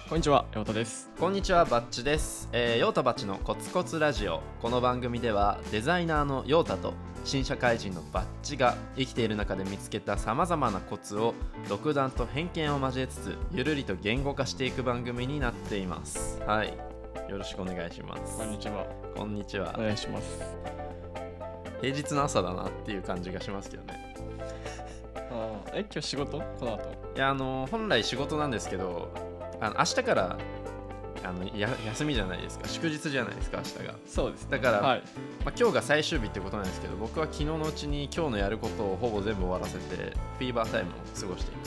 こんにちは、ヨタです。 こんにちは、バッチです。ヨータバッチのコツコツラジオ。この番組ではデザイナーのヨータと新社会人のバッチが生きている中で見つけたさまざまなコツを独断と偏見を交えつつゆるりと言語化していく番組になっています。はい、よろしくお願いします。 こんにちは。 こんにちは。 お願いします。 平日の朝だなっていう感じがしますけどね。 今日仕事この後。 いや、本来仕事なんですけど、明日から休みじゃないですか、祝日じゃないですか、明日が。 そうです、ね、 だから、 はい、 今日が最終日ってことなんですけど、僕は昨日のうちに今日のやることをほぼ全部終わらせてフィーバータイムを過ごしています。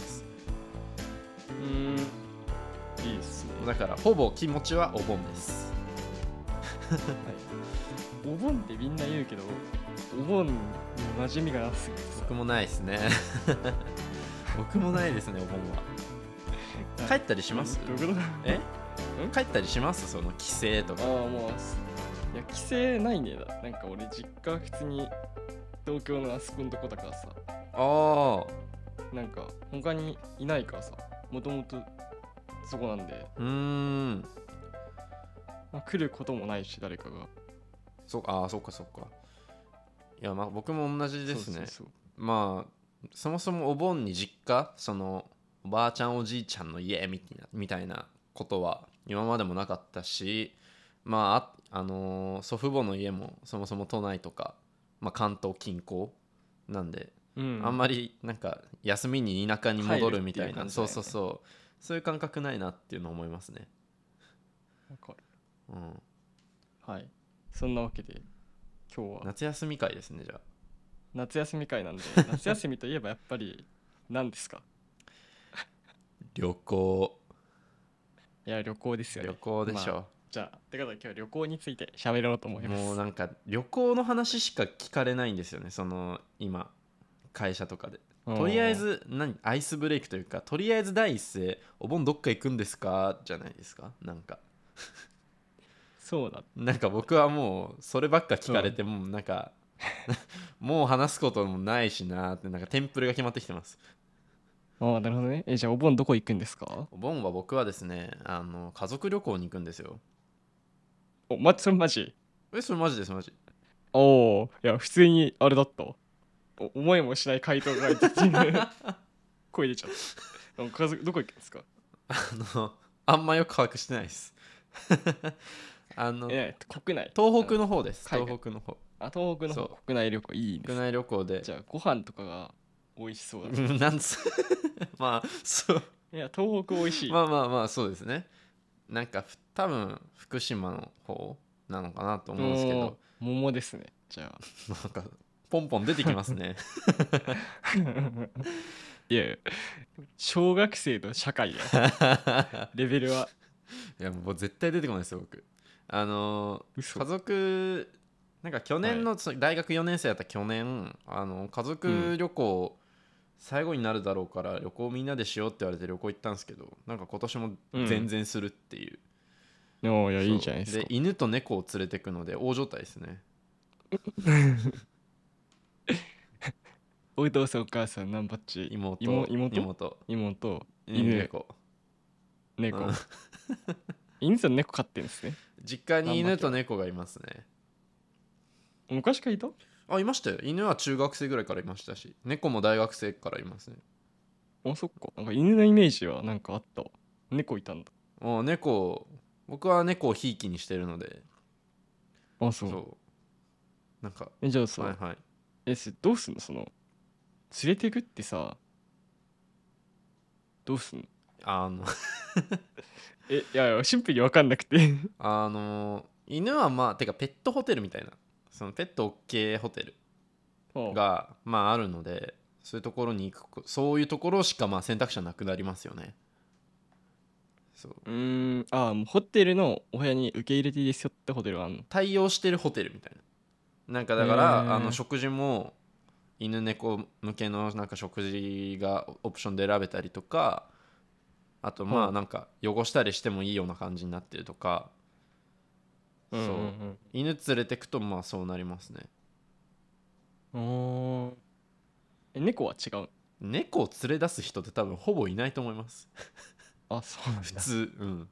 いいっすね。 だからほぼ気持ちはお盆です。 はい、お盆ってみんな言うけど、お盆に馴染みがなさすぎてさ。 僕もないですね。僕もないですね、お盆は。帰ったりします？ どういうこと？ 帰ったりします？その帰省とか。 もういや、帰省ないねだ。なんか俺実家普通に東京のあそこのとこだからさ、なんか他にいないからさ、もともとそこなんで、来ることもないし、誰かが。 そうか。いや、僕も同じですね。 そうそもそもお盆に実家、そのおばあちゃんおじいちゃんの家みたいなことは今までもなかったし、祖父母の家もそもそも都内とか、関東近郊なんで、あんまりなんか休みに田舎に戻るみたいな、そういう感覚ないなっていうのを思いますね。 わかる。はい。そんなわけで今日は夏休み会ですね。じゃあ夏休み会なんで、夏休みといえばやっぱり何ですか？ 旅行。 いや、旅行ですよね。 旅行でしょ。 じゃあってことで今日は旅行について喋ろうと思います。 もうなんか旅行の話しか聞かれないんですよね、その今会社とかで。とりあえずアイスブレイクというか、とりあえず第一声お盆どっか行くんですかじゃないですか。なんかそうだ。 なんか僕はもうそればっか聞かれて、もうなんかもう話すこともないしなって、なんかテンプレが決まってきてます。 なるほどね。じゃあお盆どこ行くんですか？ お盆は僕はですね、家族旅行に行くんですよ。 それマジ？ それマジです、マジ。 いや普通にあれだったわ。思いもしない回答が声出ちゃった。家族どこ行くんですか？ あんまよく把握してないです。 国内？ 東北の方です。 海外？ 東北の方。 東北の方。国内旅行いいです。 国内旅行で。 じゃあご飯とかが美味しそうだ。 なんつそう。 いや、東北美味しい。 そうですね。なんか多分福島の方なのかなと思うんですけど、 桃ですね。じゃあなんかポンポン出てきますね。 いや小学生の社会やレベルは。 いやもう絶対出てこないですよ、僕。 嘘。 家族なんか去年の、大学4年生だった去年、家族旅行、最後になるだろうから旅行みんなでしようって言われて旅行行ったんですけど、なんか今年も全然するっていう。 いや、いいじゃないですか。 で犬と猫を連れてくので大所帯ですね。 お父さんお母さん何バッチ？ 妹、 犬、 猫。 犬と猫飼ってるんですね。 実家に犬と猫がいますね。 昔からいた？ いましたよ。犬は中学生ぐらいからいましたし、猫も大学生からいますね。 そっか。なんか犬のイメージはなんかあったわ。猫いたんだ。 僕は猫をひいきにしてるので。 そうなんかじゃあさ、どうすんの？連れてくってさ、どうすんの？いやシンプルに分かんなくて。 犬はてかペットホテルみたいな、そのペット OK ホテルがあるので、そういうところに行く、そういうところしか選択肢はなくなりますよね。 もうホテルのお部屋に受け入れていいですよってホテルがあるの？ 対応してるホテルみたいな。なんかだから食事も犬猫向けのなんか食事がオプションで選べたりとか、あとなんか汚したりしてもいいような感じになってるとか、犬連れてくとそうなりますね。 猫は違う？ 猫を連れ出す人って多分ほぼいないと思います。 あ、そうなんだ。 普通。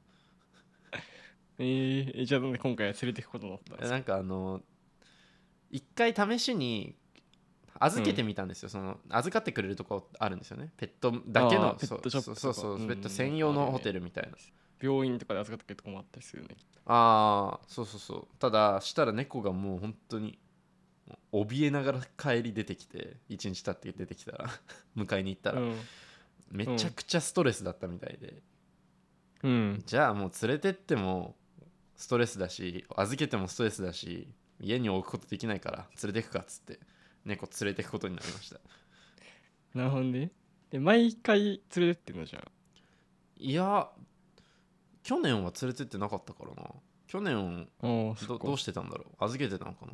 じゃあなんで今回は連れてくことになったんですか？ なんか一回試しに預けてうん。 みたんですよ。その預かってくれるとこあるんですよね、ペットだけの。 ああ、ペットショップとか、 ペットなん専用かあるよね。 のホテルみたいな。 病院とかで預かってくるとこもあったりするよね。 ああ、ただしたら猫がもう本当に怯えながら帰り出てきて、一日経って出てきたら迎えに行ったらうん。 めうん。 ちゃくちゃストレスだったみたいで、 うん。 じゃあもう連れてってもストレスだし、預けてもストレスだし、家に置くことできないから連れてくかっつって猫連れてくことになりました。 なるほどね。で、毎回連れてってんのじゃあ。 いや、去年は連れてってなかったからな。去年ああ、そっか。 どうしてたんだろう。預けてたのかな。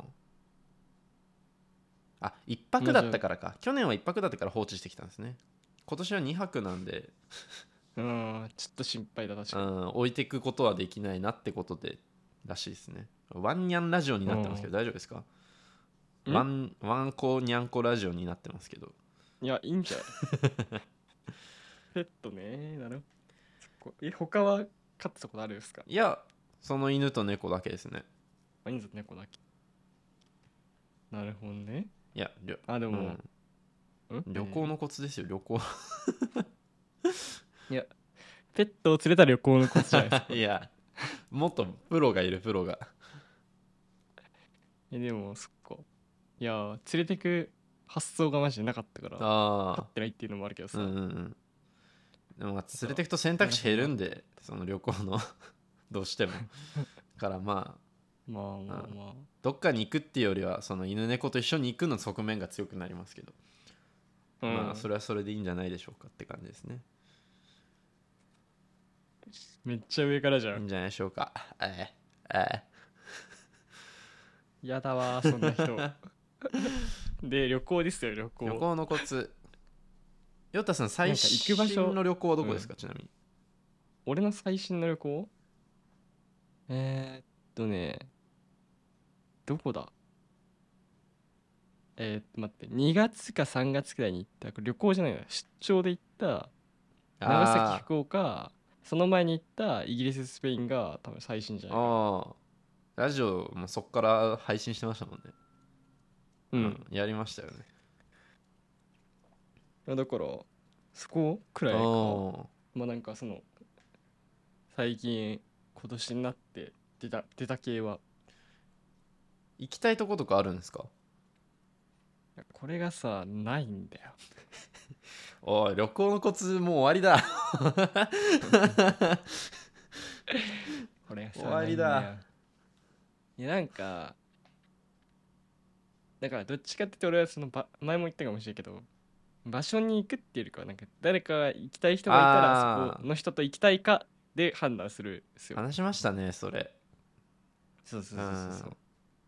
あ、一泊だまあじゃあ、 ったからか。去年は一泊だったから放置してきたんですね。今年は二泊なんで、 うん、ちょっと心配だ、確かに。 置いていくことはできないなってことでらしいですね。ワンニャンラジオになってますけど大丈夫ですか？ワンコニャンコラジオになってますけど。 いや、いいんじゃない？ペットね。なるほど。そこ他は飼ってたことあるんですか？ いや、その犬と猫だけですね。 あ、いいんぞ、猫だけ。なるほどね。 いや、 あ、でも、 うん、旅行のコツですよ、旅行。 いや、ペットを連れた旅行のコツじゃないですか、これ。 いや、もっとプロがいる、プロが。 でも、そっか。いや、連れてく発想がマジでなかったから、飼ああ、 ってないっていうのもあるけどさ。 うんうんうん。でもまあだから、 連れてくと選択肢なるほどなって。 減るんで、その旅行のどうしても。からままああ、うん、 まあまあ。 どっかに行くっていうよりは、その犬猫と一緒に行くの側面が強くなりますけど、まあそうん。 れはそれでいいんじゃないでしょうかって感じですね。 めっちゃ上からじゃん。 いいんじゃないでしょうか。えやだわー、そんな人。で、旅行ですよ、旅行。 旅行のコツ。ヨタさん、最なんか行く場所、 新の旅行はどこですか、 うん。 ちなみに。 俺の最新の旅行ね、どこだ？待って、2月か3月くらいに行った、これ旅行じゃないな、出張で行った長崎、 あ福岡、その前に行ったイギリス、スペインが多分最新じゃないかな。 あ、ラジオもそっから配信してましたもんね。 うん。 やりましたよね。 だから、そこくらいか。 ああ、 まあなんか最近、今年になって出た系は。 行きたいとことかあるんですか？ いやこれがさ、ないんだよ。 おい、旅行のコツもう終わりだ。 これが終さ、 わりだ。 ないんだよ。いや、なんか、だからどっちかって言って俺は前も言ったかもしれんけど、場所に行くっていうよりかは、なんか誰かが行きたい人がいたら、そこああ、 の人と行きたいかで判断するんですよ。 話しましたね、それ。 そうそううそうそうそう。 ん。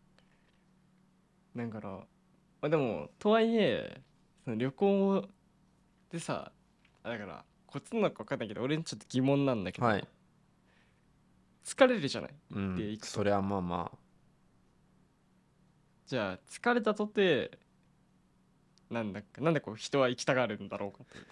だから、でも、とはいえ、その旅行でさ、だから、コツなのか分かんないけど、俺にちょっと疑問なんだけど、 はい。 疲れるじゃないうん。 で行くと。 そりゃまあまあ。 じゃあ、疲れたとて、なんでこう人は行きたがるんだろうかという。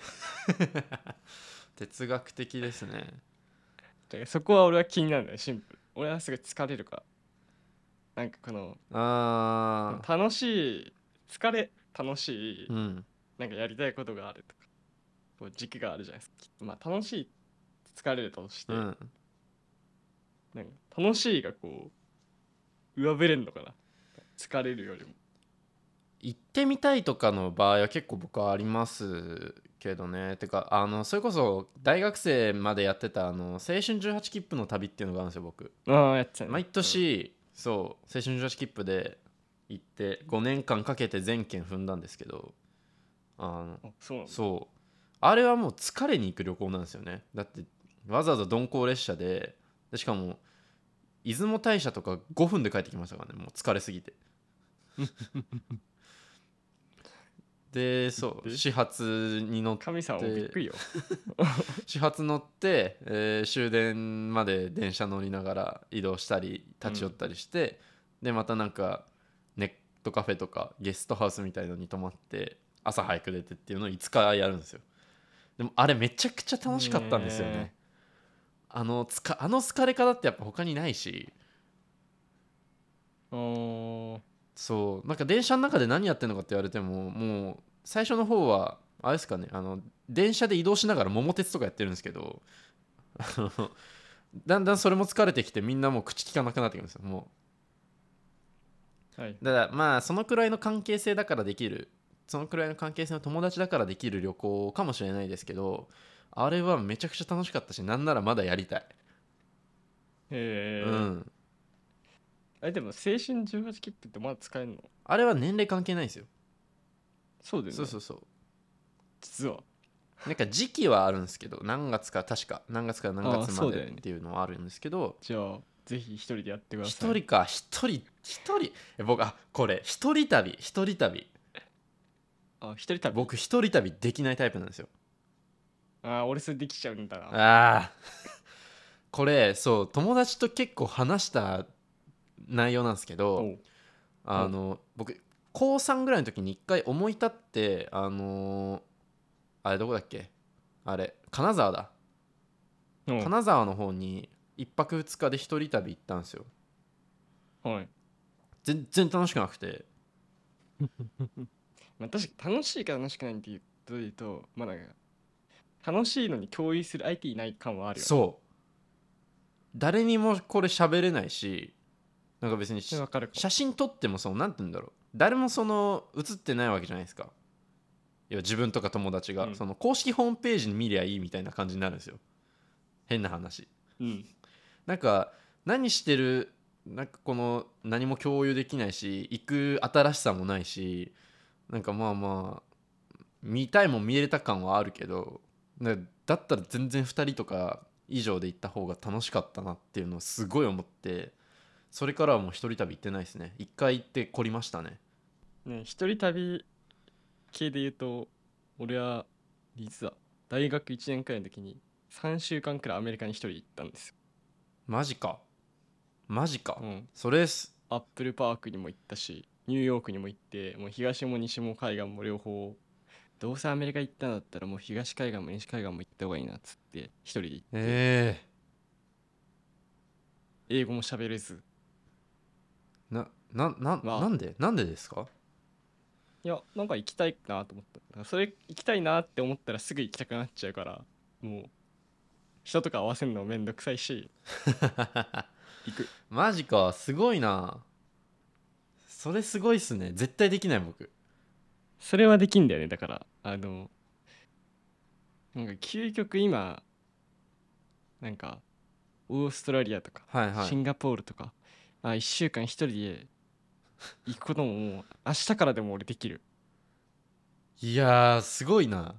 哲学的ですね。 だからそこは俺は気になるんだよ、シンプル。俺はすごい疲れるから。なんかああ、 楽しい、楽しい、 うん。 なんかやりたいことがあるとか、こう時期があるじゃないですか。きっとまあ楽しい、疲れるとして、 うん。 なんか楽しいがこう、上振れんのかな。疲れるよりも。 行ってみたいとかの場合は結構僕はありますけどね。てかそれこそ大学生までやってた青春18切符の旅っていうのがあるんですよ、僕。 ああ、やってたね。 毎年、そう青春18切符で行って5年間かけて全県踏んだんですけど、 そうなんだ。 そうあれはもう疲れに行く旅行なんですよね。だってわざわざ鈍行列車でしかも出雲大社とか5分で帰ってきましたからね、もう疲れすぎて。でそうで、 始発に乗っ神様もびってくりよ。 始発乗って、終電まで電車乗りながら移動したりうん。 立ち寄ったりして、でまたなんかネットカフェとかゲストハウスみたいのに泊まって朝早く出てっていうのを5日やるんですよ。でもあれめちゃくちゃ楽しかったんですよねね。 あの疲れ方ってやっぱ他にないし、そうなんか電車の中で何やってんのかって言われても、もう最初の方はあれですかね、電車で移動しながら桃鉄とかやってるんですけどだんだんそれも疲れてきて、みんなもう口聞かなくなってくるんですよ。もう、はい、だからまあそのくらいの関係性だからできる、そのくらいの関係性の友達だからできる旅行かもしれないですけど、あれはめちゃくちゃ楽しかったし、なんならまだやりたい。 へえ、うん。でも青春18切符ってまだ使えるの？ あれは年齢関係ないんですよ。 そうだよね。 そうそうそう。 実はなんか時期はあるんですけど、何月か確か何月から何月までっていうのはあるんですけど、 じゃあぜひ一人でやってください。一人僕これ一人旅一人旅僕一人旅できないタイプなんですよ。 俺それできちゃうんだな。 これそう友達と結構話した内容なんですけど、僕高3ぐらいの時に一回思い立って、あれどこだっけ、あれ金沢だ、金沢の方に1泊2日で一人旅行ったんですよ。 はい。 全然楽しくなくてまあ確かに楽しいか楽しくないっていうと、まあなんか楽しいのに共有する相手いない感はあるよね。 そう誰にもこれ喋れないし、なんか別に写真撮ってもなんて言うんだろう、誰もその写ってないわけじゃないですか。いや自分とか友達が、その公式ホームページに見りゃいいみたいな感じになるんですよ。変な話、なんか何してる、なんかこの何も共有できないし、行く新しさもないし、なんかまあ見たいもん見れた感はあるけど、だったら全然2人とか以上で行った方が楽しかったなっていうのをすごい思って、それからはもう一人旅行ってないですね。一回行って凝りましたね。 一人旅系で言うと、俺は実は大学1年くらいの時に3週間くらいアメリカに一人行ったんですよ。 マジか。 それアップルパークにも行ったし、ニューヨークにも行って、もう東も西も海岸も両方、どうせアメリカ行ったんだったらもう東海岸も西海岸も行った方がいいなっつって一人で行って、英語も喋れず、 なんでですか？ いやなんか行きたいなと思った。だからそれ行きたいなって思ったらすぐ行きたくなっちゃうから、もう人とか合わせるのめんどくさいし行く。 マジか、すごいな。それすごいっすね。絶対できない僕。 それはできんだよね。だからなんか究極今なんかオーストラリアとか、シンガポールとか1週間一人で行くことももう明日からでも俺できる。 いやーすごいな。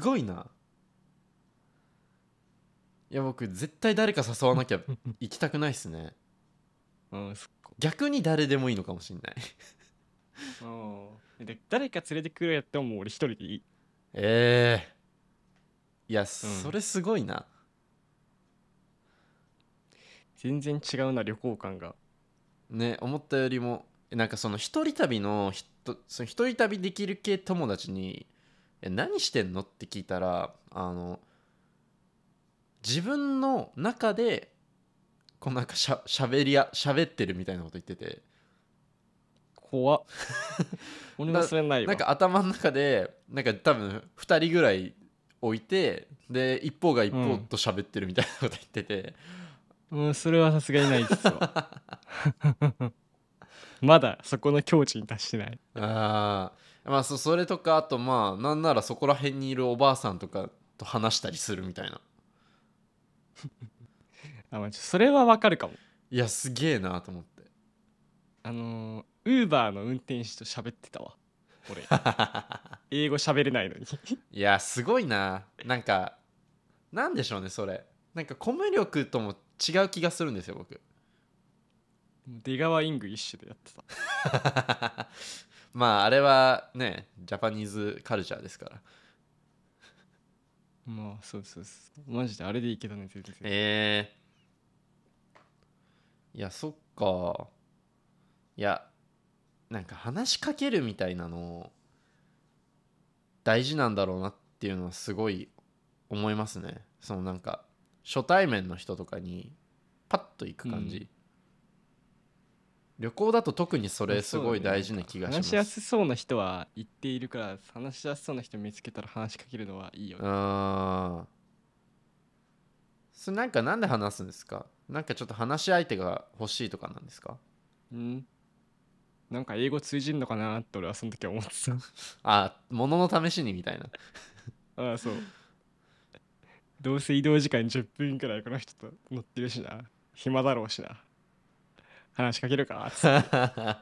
いや僕絶対誰か誘わなきゃ行きたくないっすねそっか。 逆に誰でもいいのかもしんないで誰か連れてくるやってももう俺一人でいい。 いやそれすごいな、 全然違うな旅行感がね。思ったよりもなんかその一人旅のその一人旅できる系友達に何してんのって聞いたら、自分の中でこうなんか喋ってるみたいなこと言ってて、 怖っ俺もそれないわ。 なんか頭の中でなんか多分2人ぐらい置いて、で一方が一方と喋ってるみたいなこと言ってて、 それはさすがにないっすわまだそこの境地に達してない。 まあそれとか、あとまあなんならそこら辺にいるおばあさんとかと話したりするみたいなそれはわかるかも。 いやすげえなと思って、 ウーバーの運転手と喋ってたわ俺英語喋れないのにいやすごいな。なんかなんでしょうね、それなんかコミュ力とも違う気がするんですよ僕。 出川イングリッシュでやってたまああれはねジャパニーズカルチャーですから。 まあそうマジであれでいいけどね全然。 いやそっか。いやなんか話しかけるみたいなの大事なんだろうなっていうのはすごい思いますね。そのなんか初対面の人とかにパッと行く感じ、旅行だと特にそれすごい大事な気がします。 話しやすそうな人は言っているから、話しやすそうな人見つけたら話しかけるのはいいよね。 それなんで話すんですか？なんかちょっと話し相手が欲しいとかなんですか？ なんか英語通じんのかなって俺はその時は思ってた物の試しにみたいなそう。どうせ移動時間10分くらいこの人と乗ってるしな、暇だろうしな、話しかけるかっつって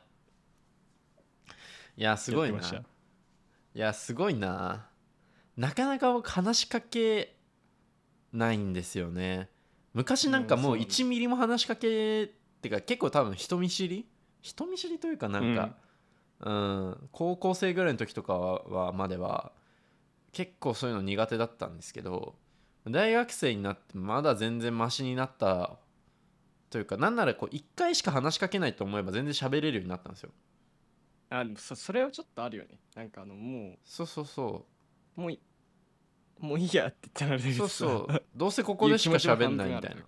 いやすごいな。いやすごいな。なかなか僕話しかけないんですよね。昔なんかもう1ミリも話しかけってか、結構多分人見知りというかなんか、高校生ぐらいの時とかまでは結構そういうの苦手だったんですけど、大学生になってまだ全然マシになったというか、なんならこう1回しか話しかけないと思えば全然喋れるようになったんですよ。 でもそれはちょっとあるよね。なんかもうもういいやって言ったらあれだけどさ、 どうせここでしか喋んないみたい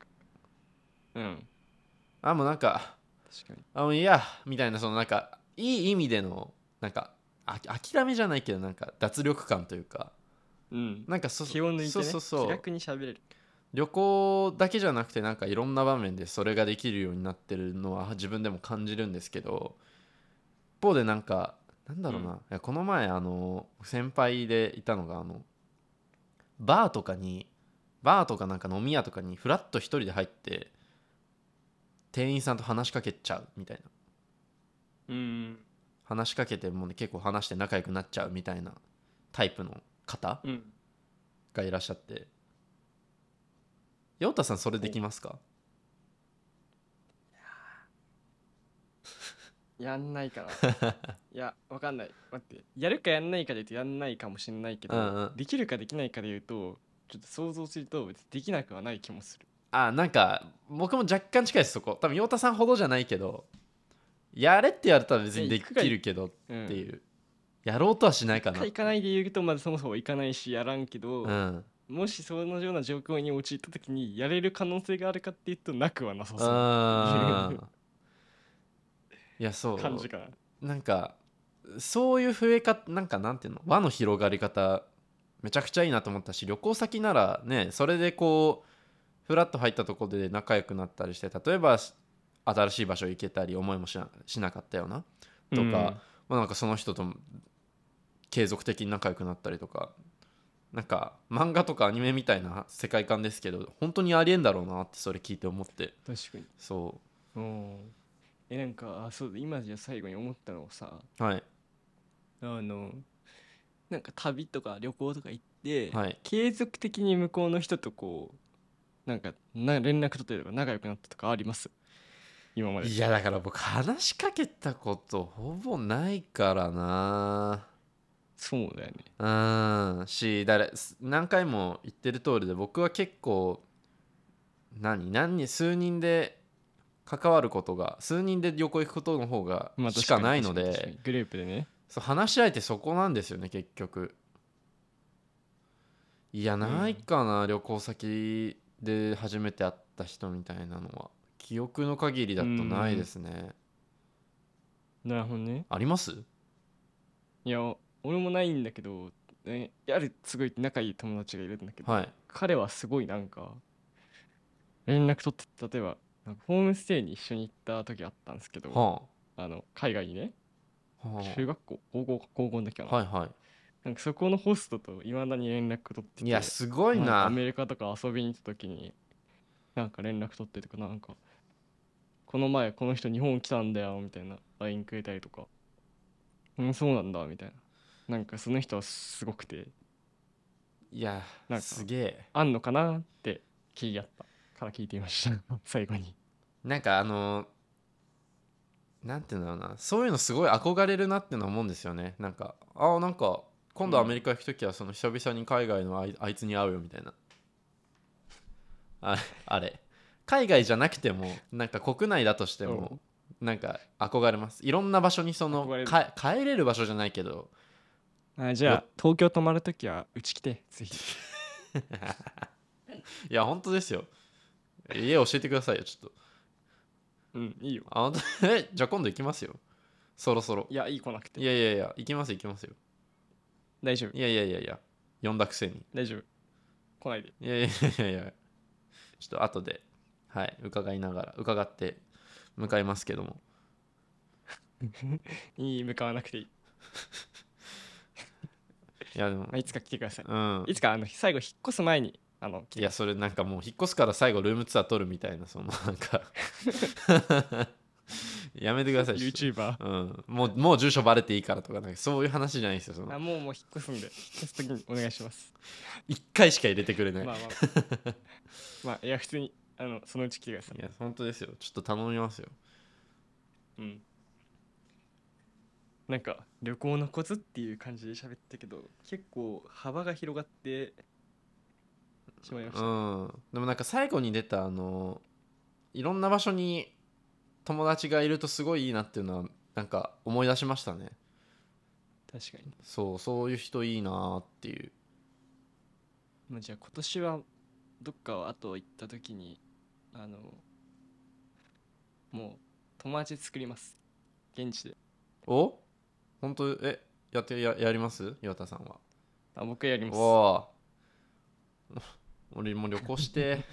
な。もうなんか確かにいやみたいな、そのなんかいい意味でのなんか諦めじゃないけど、なんか脱力感というか、なんか気を抜いてね、気楽に喋れる。 旅行だけじゃなくてなんかいろんな場面でそれができるようになってるのは自分でも感じるんですけど、一方でなんかなんだろうな、いやこの前先輩でいたのがバーとかなんか飲み屋とかにフラッと一人で入って店員さんと話しかけちゃうみたいな、話しかけてもう、ね、結構話して仲良くなっちゃうみたいなタイプの方がいらっしゃって、陽太さんそれできますか？ やんないかないやわかんない、待って、やるかやんないかで言うとやんないかもしれないけど、できるかできないかで言うとちょっと想像すると別にできなくはない気もする。 なんか僕も若干近いです。そこ多分陽太さんほどじゃないけど、やれって言われたら別にできるけどっていう、やろうとはしないかな。 行かないで言うとまずそもそも行かないしやらんけど、もしそのような状況に陥った時にやれる可能性があるかっていうとなくはなさそういやそう感じかな。 なんかそういう増え方、なんていうの、輪の広がり方めちゃくちゃいいなと思ったし、旅行先ならね、それでこうフラッと入ったところで仲良くなったりして、例えば新しい場所行けたり思いもしなかったようなとか、なんかその人と継続的に仲良くなったりとか、なんか漫画とかアニメみたいな世界観ですけど本当にありえんだろうなってそれ聞いて思って。 確かにそうなんかそうだ、今じゃ最後に思ったのをさ、なんか旅とか旅行とか行って、継続的に向こうの人とこうなんか連絡取ってとか仲良くなったとかあります今まで？ いやだから僕話しかけたことほぼないからな。 そうだよね。 何回も言ってる通りで、僕は結構数人で関わることが、数人で旅行行くことの方がしかないので、 グループでね、 話し合いってそこなんですよね結局。いやないかな、旅行先で初めて会った人みたいなのは記憶の限りだとないですね。 なるほどね。 あります？ いや俺もないんだけど、すごい仲いい友達がいるんだけど、彼はすごいなんか連絡取って、例えばなんかホームステイに一緒に行った時あったんですけど、海外にね、中学校高校の時かな、なんかそこのホストといまだに連絡取ってて、 いやすごいな。 アメリカとか遊びに行った時になんか連絡取ってとか、なんかこの前この人日本来たんだよみたいな LINE くれたりとか、そうなんだみたいな、なんかその人はすごくて、 いやなんかすげえあんのかなって気になったから聞いてみました最後に。 なんかなんていうんだろうな、そういうのすごい憧れるなっての思うんですよね。なんかなんか今度アメリカ行く時はその久々に海外のあいつに会うよみたいな、あれ海外じゃなくてもなんか国内だとしてもなんか憧れます。いろんな場所に帰れる場所じゃないけど、 じゃあ東京泊まるときはうち来てぜひいや本当ですよ。家教えてくださいよちょっと。 うんいいよ。 本当じゃあ今度行きますよそろそろ。 いやいい来なくていやいやいや行きますよ。 大丈夫。 いやいやいやいや呼んだくせに。 大丈夫来ないで。 いやいやいやいやちょっと後ではい伺って向かいますけども。 向かわなくていい。 いやでもまあ、いつか来てください。 うんいつか最後引っ越す前に来て。 いやそれなんかもう引っ越すから最後ルームツアー取るみたいなそのなんかやめてください。 YouTuber。 うん、もう住所バレていいからとかなんかそういう話じゃないですよ。そのもう引っ越すんで引っ越す時にお願いします。 1回しか入れてくれない。 まあまあいや普通にそのうち来てください。 いや本当ですよちょっと頼みますよ。 うんなんか旅行のコツっていう感じで喋ったけど結構幅が広がってしまいました。 でもなんか最後に出たいろんな場所に友達がいるとすごいいいなっていうのはなんか思い出しましたね。 確かに。 そういう人いいなっていう。 まあ、じゃあ今年はどっかを後行った時にもう友達作ります。現地で。 お本当やります岩田さんは。 僕やります。 お俺も旅行して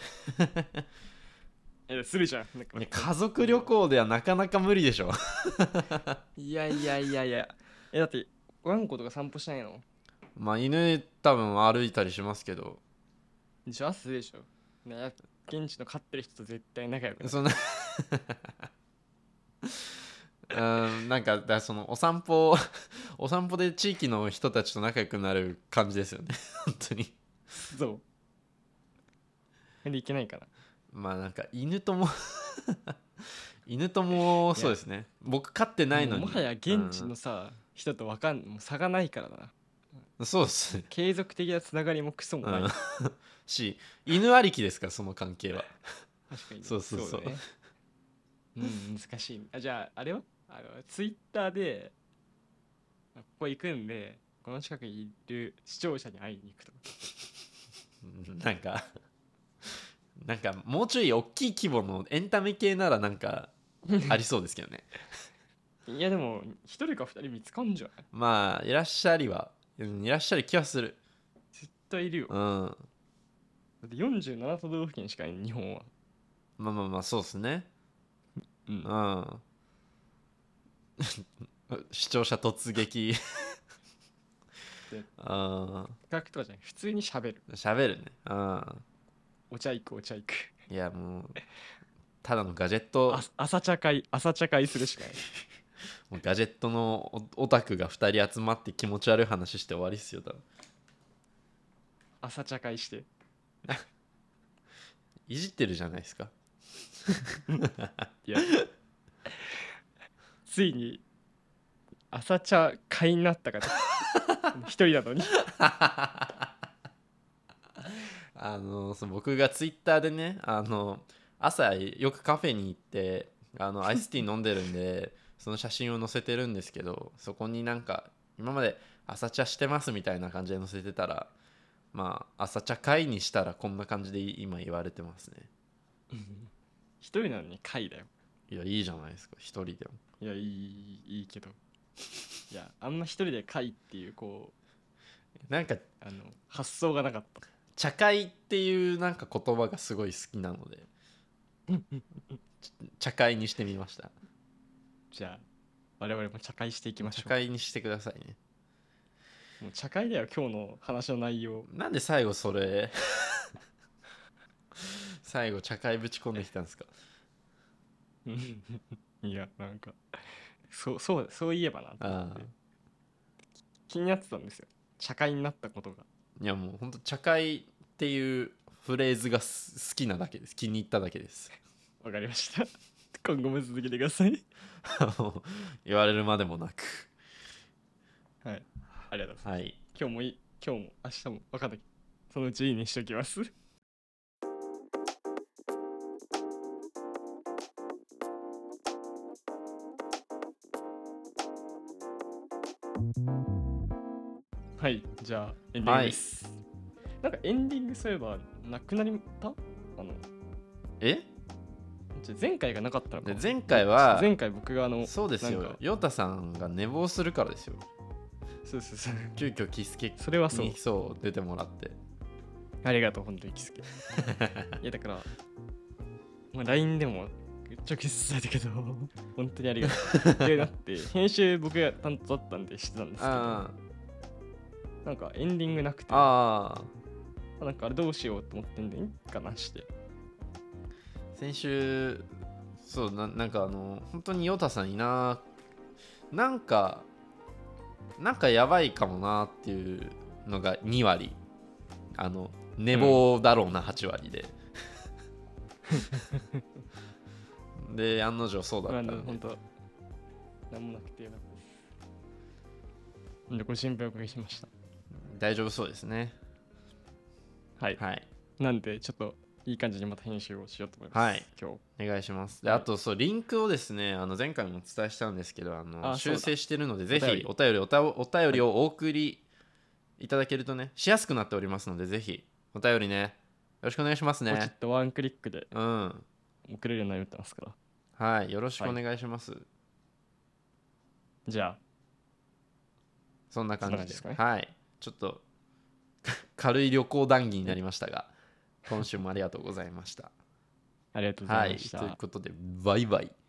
するじゃん。なんか家族旅行ではなかなか無理でしょいやだってワンコとか散歩しないの？ まあ犬多分歩いたりしますけどじゃあするでしょ。ね、現地の飼ってる人と絶対仲良くなる。 そんななんかそのお散歩で地域の人たちと仲良くなる感じですよね本当に。 そうでいけないかな。 まあなんか犬ともそうですね。僕飼ってないのにもはや現地のさ、人ともう差がないからな。 そうですね。 継続的なつながりもクソもない、 し犬ありきですからその関係は。 確かに。 そうだね。 難しい。じゃああれはツイッターでここ行くんでこの近くにいる視聴者に会いに行くとか。 なんかもうちょい大きい規模のエンタメ系ならなんかありそうですけどねいやでも一人か二人見つかんじゃない？ まあいらっしゃる気はする。 絶対いるよ。だって47都道府県しかない日本は。 まあそうですね。視聴者突撃企画とかじゃない、普通に喋るね。 お茶行くいやもうただのガジェット朝茶会するしかない。 もうガジェットのオタクが2人集まって気持ち悪い話して終わりっすよ多分。 朝茶会していじってるじゃないですかいやついに朝茶会になったから一人なのに僕がツイッターでね朝よくカフェに行ってアイスティー飲んでるんでその写真を載せてるんですけど、そこになんか今まで朝茶してますみたいな感じで載せてたら、まあ朝茶会にしたらこんな感じで今言われてますね。 一人なのに会だよ。 いやいいじゃないですか一人でも。 いやいいけど、いやあんま一人で会っていうなんか発想がなかった。 茶会っていうなんか言葉がすごい好きなので茶会にしてみました。 じゃあ我々も茶会していきましょう。 茶会にしてくださいね。 もう茶会だよ今日の話の内容。 なんで最後それ最後茶会ぶち込んできたんですかいやなんかそういえばなと思って気になってたんですよ、茶会になったことが。 いやもうほんと茶会っていうフレーズが好きなだけです。気に入っただけです。 わかりました今後も続けてください言われるまでもなく。 はいありがとうございます、 はい、 今日も明日も分かんない、そのうちいいねしておきますはい、じゃあエンディングです、なんかエンディングそういえばなくなりたえ前回がなかったのか。 で前回は前回僕がそうですよ、ヨタさんが寝坊するからですよ。 そうそうそう急遽キスケそれはそうにそう出てもらってありがとう本当にキスケいやだから、まあ、LINE でも直接伝えたけど本当にありがとうでだって編集僕が担当だったんでしてたんですけど、なんかエンディングなくて、なんかあれどうしようと思ってんでいいかなして。 先週そうなんか本当にヨタさんいなんかやばいかもなっていうのが2割、寝坊だろうな8割で、で案の定そうだったんで、 本当なんもなくてよかったです。でご心配おかけしました。 大丈夫そうですね。 はい、はい、なんでちょっといい感じにまた編集をしようと思います。 はい、 今日お願いします。で、あとそうリンクをですね、前回もお伝えしたんですけど、修正してるので、ぜひお便りをお送りいただけるとね、しやすくなっておりますので、ぜひお便りね、よろしくお願いしますね。 ちょっとワンクリックで送れるようになってますから、 はい、よろしくお願いします。 じゃあそんな感じですかね。はい、ちょっと軽い旅行談義になりましたが、今週もありがとうございました。 ありがとうございました。 ということで、バイバイ。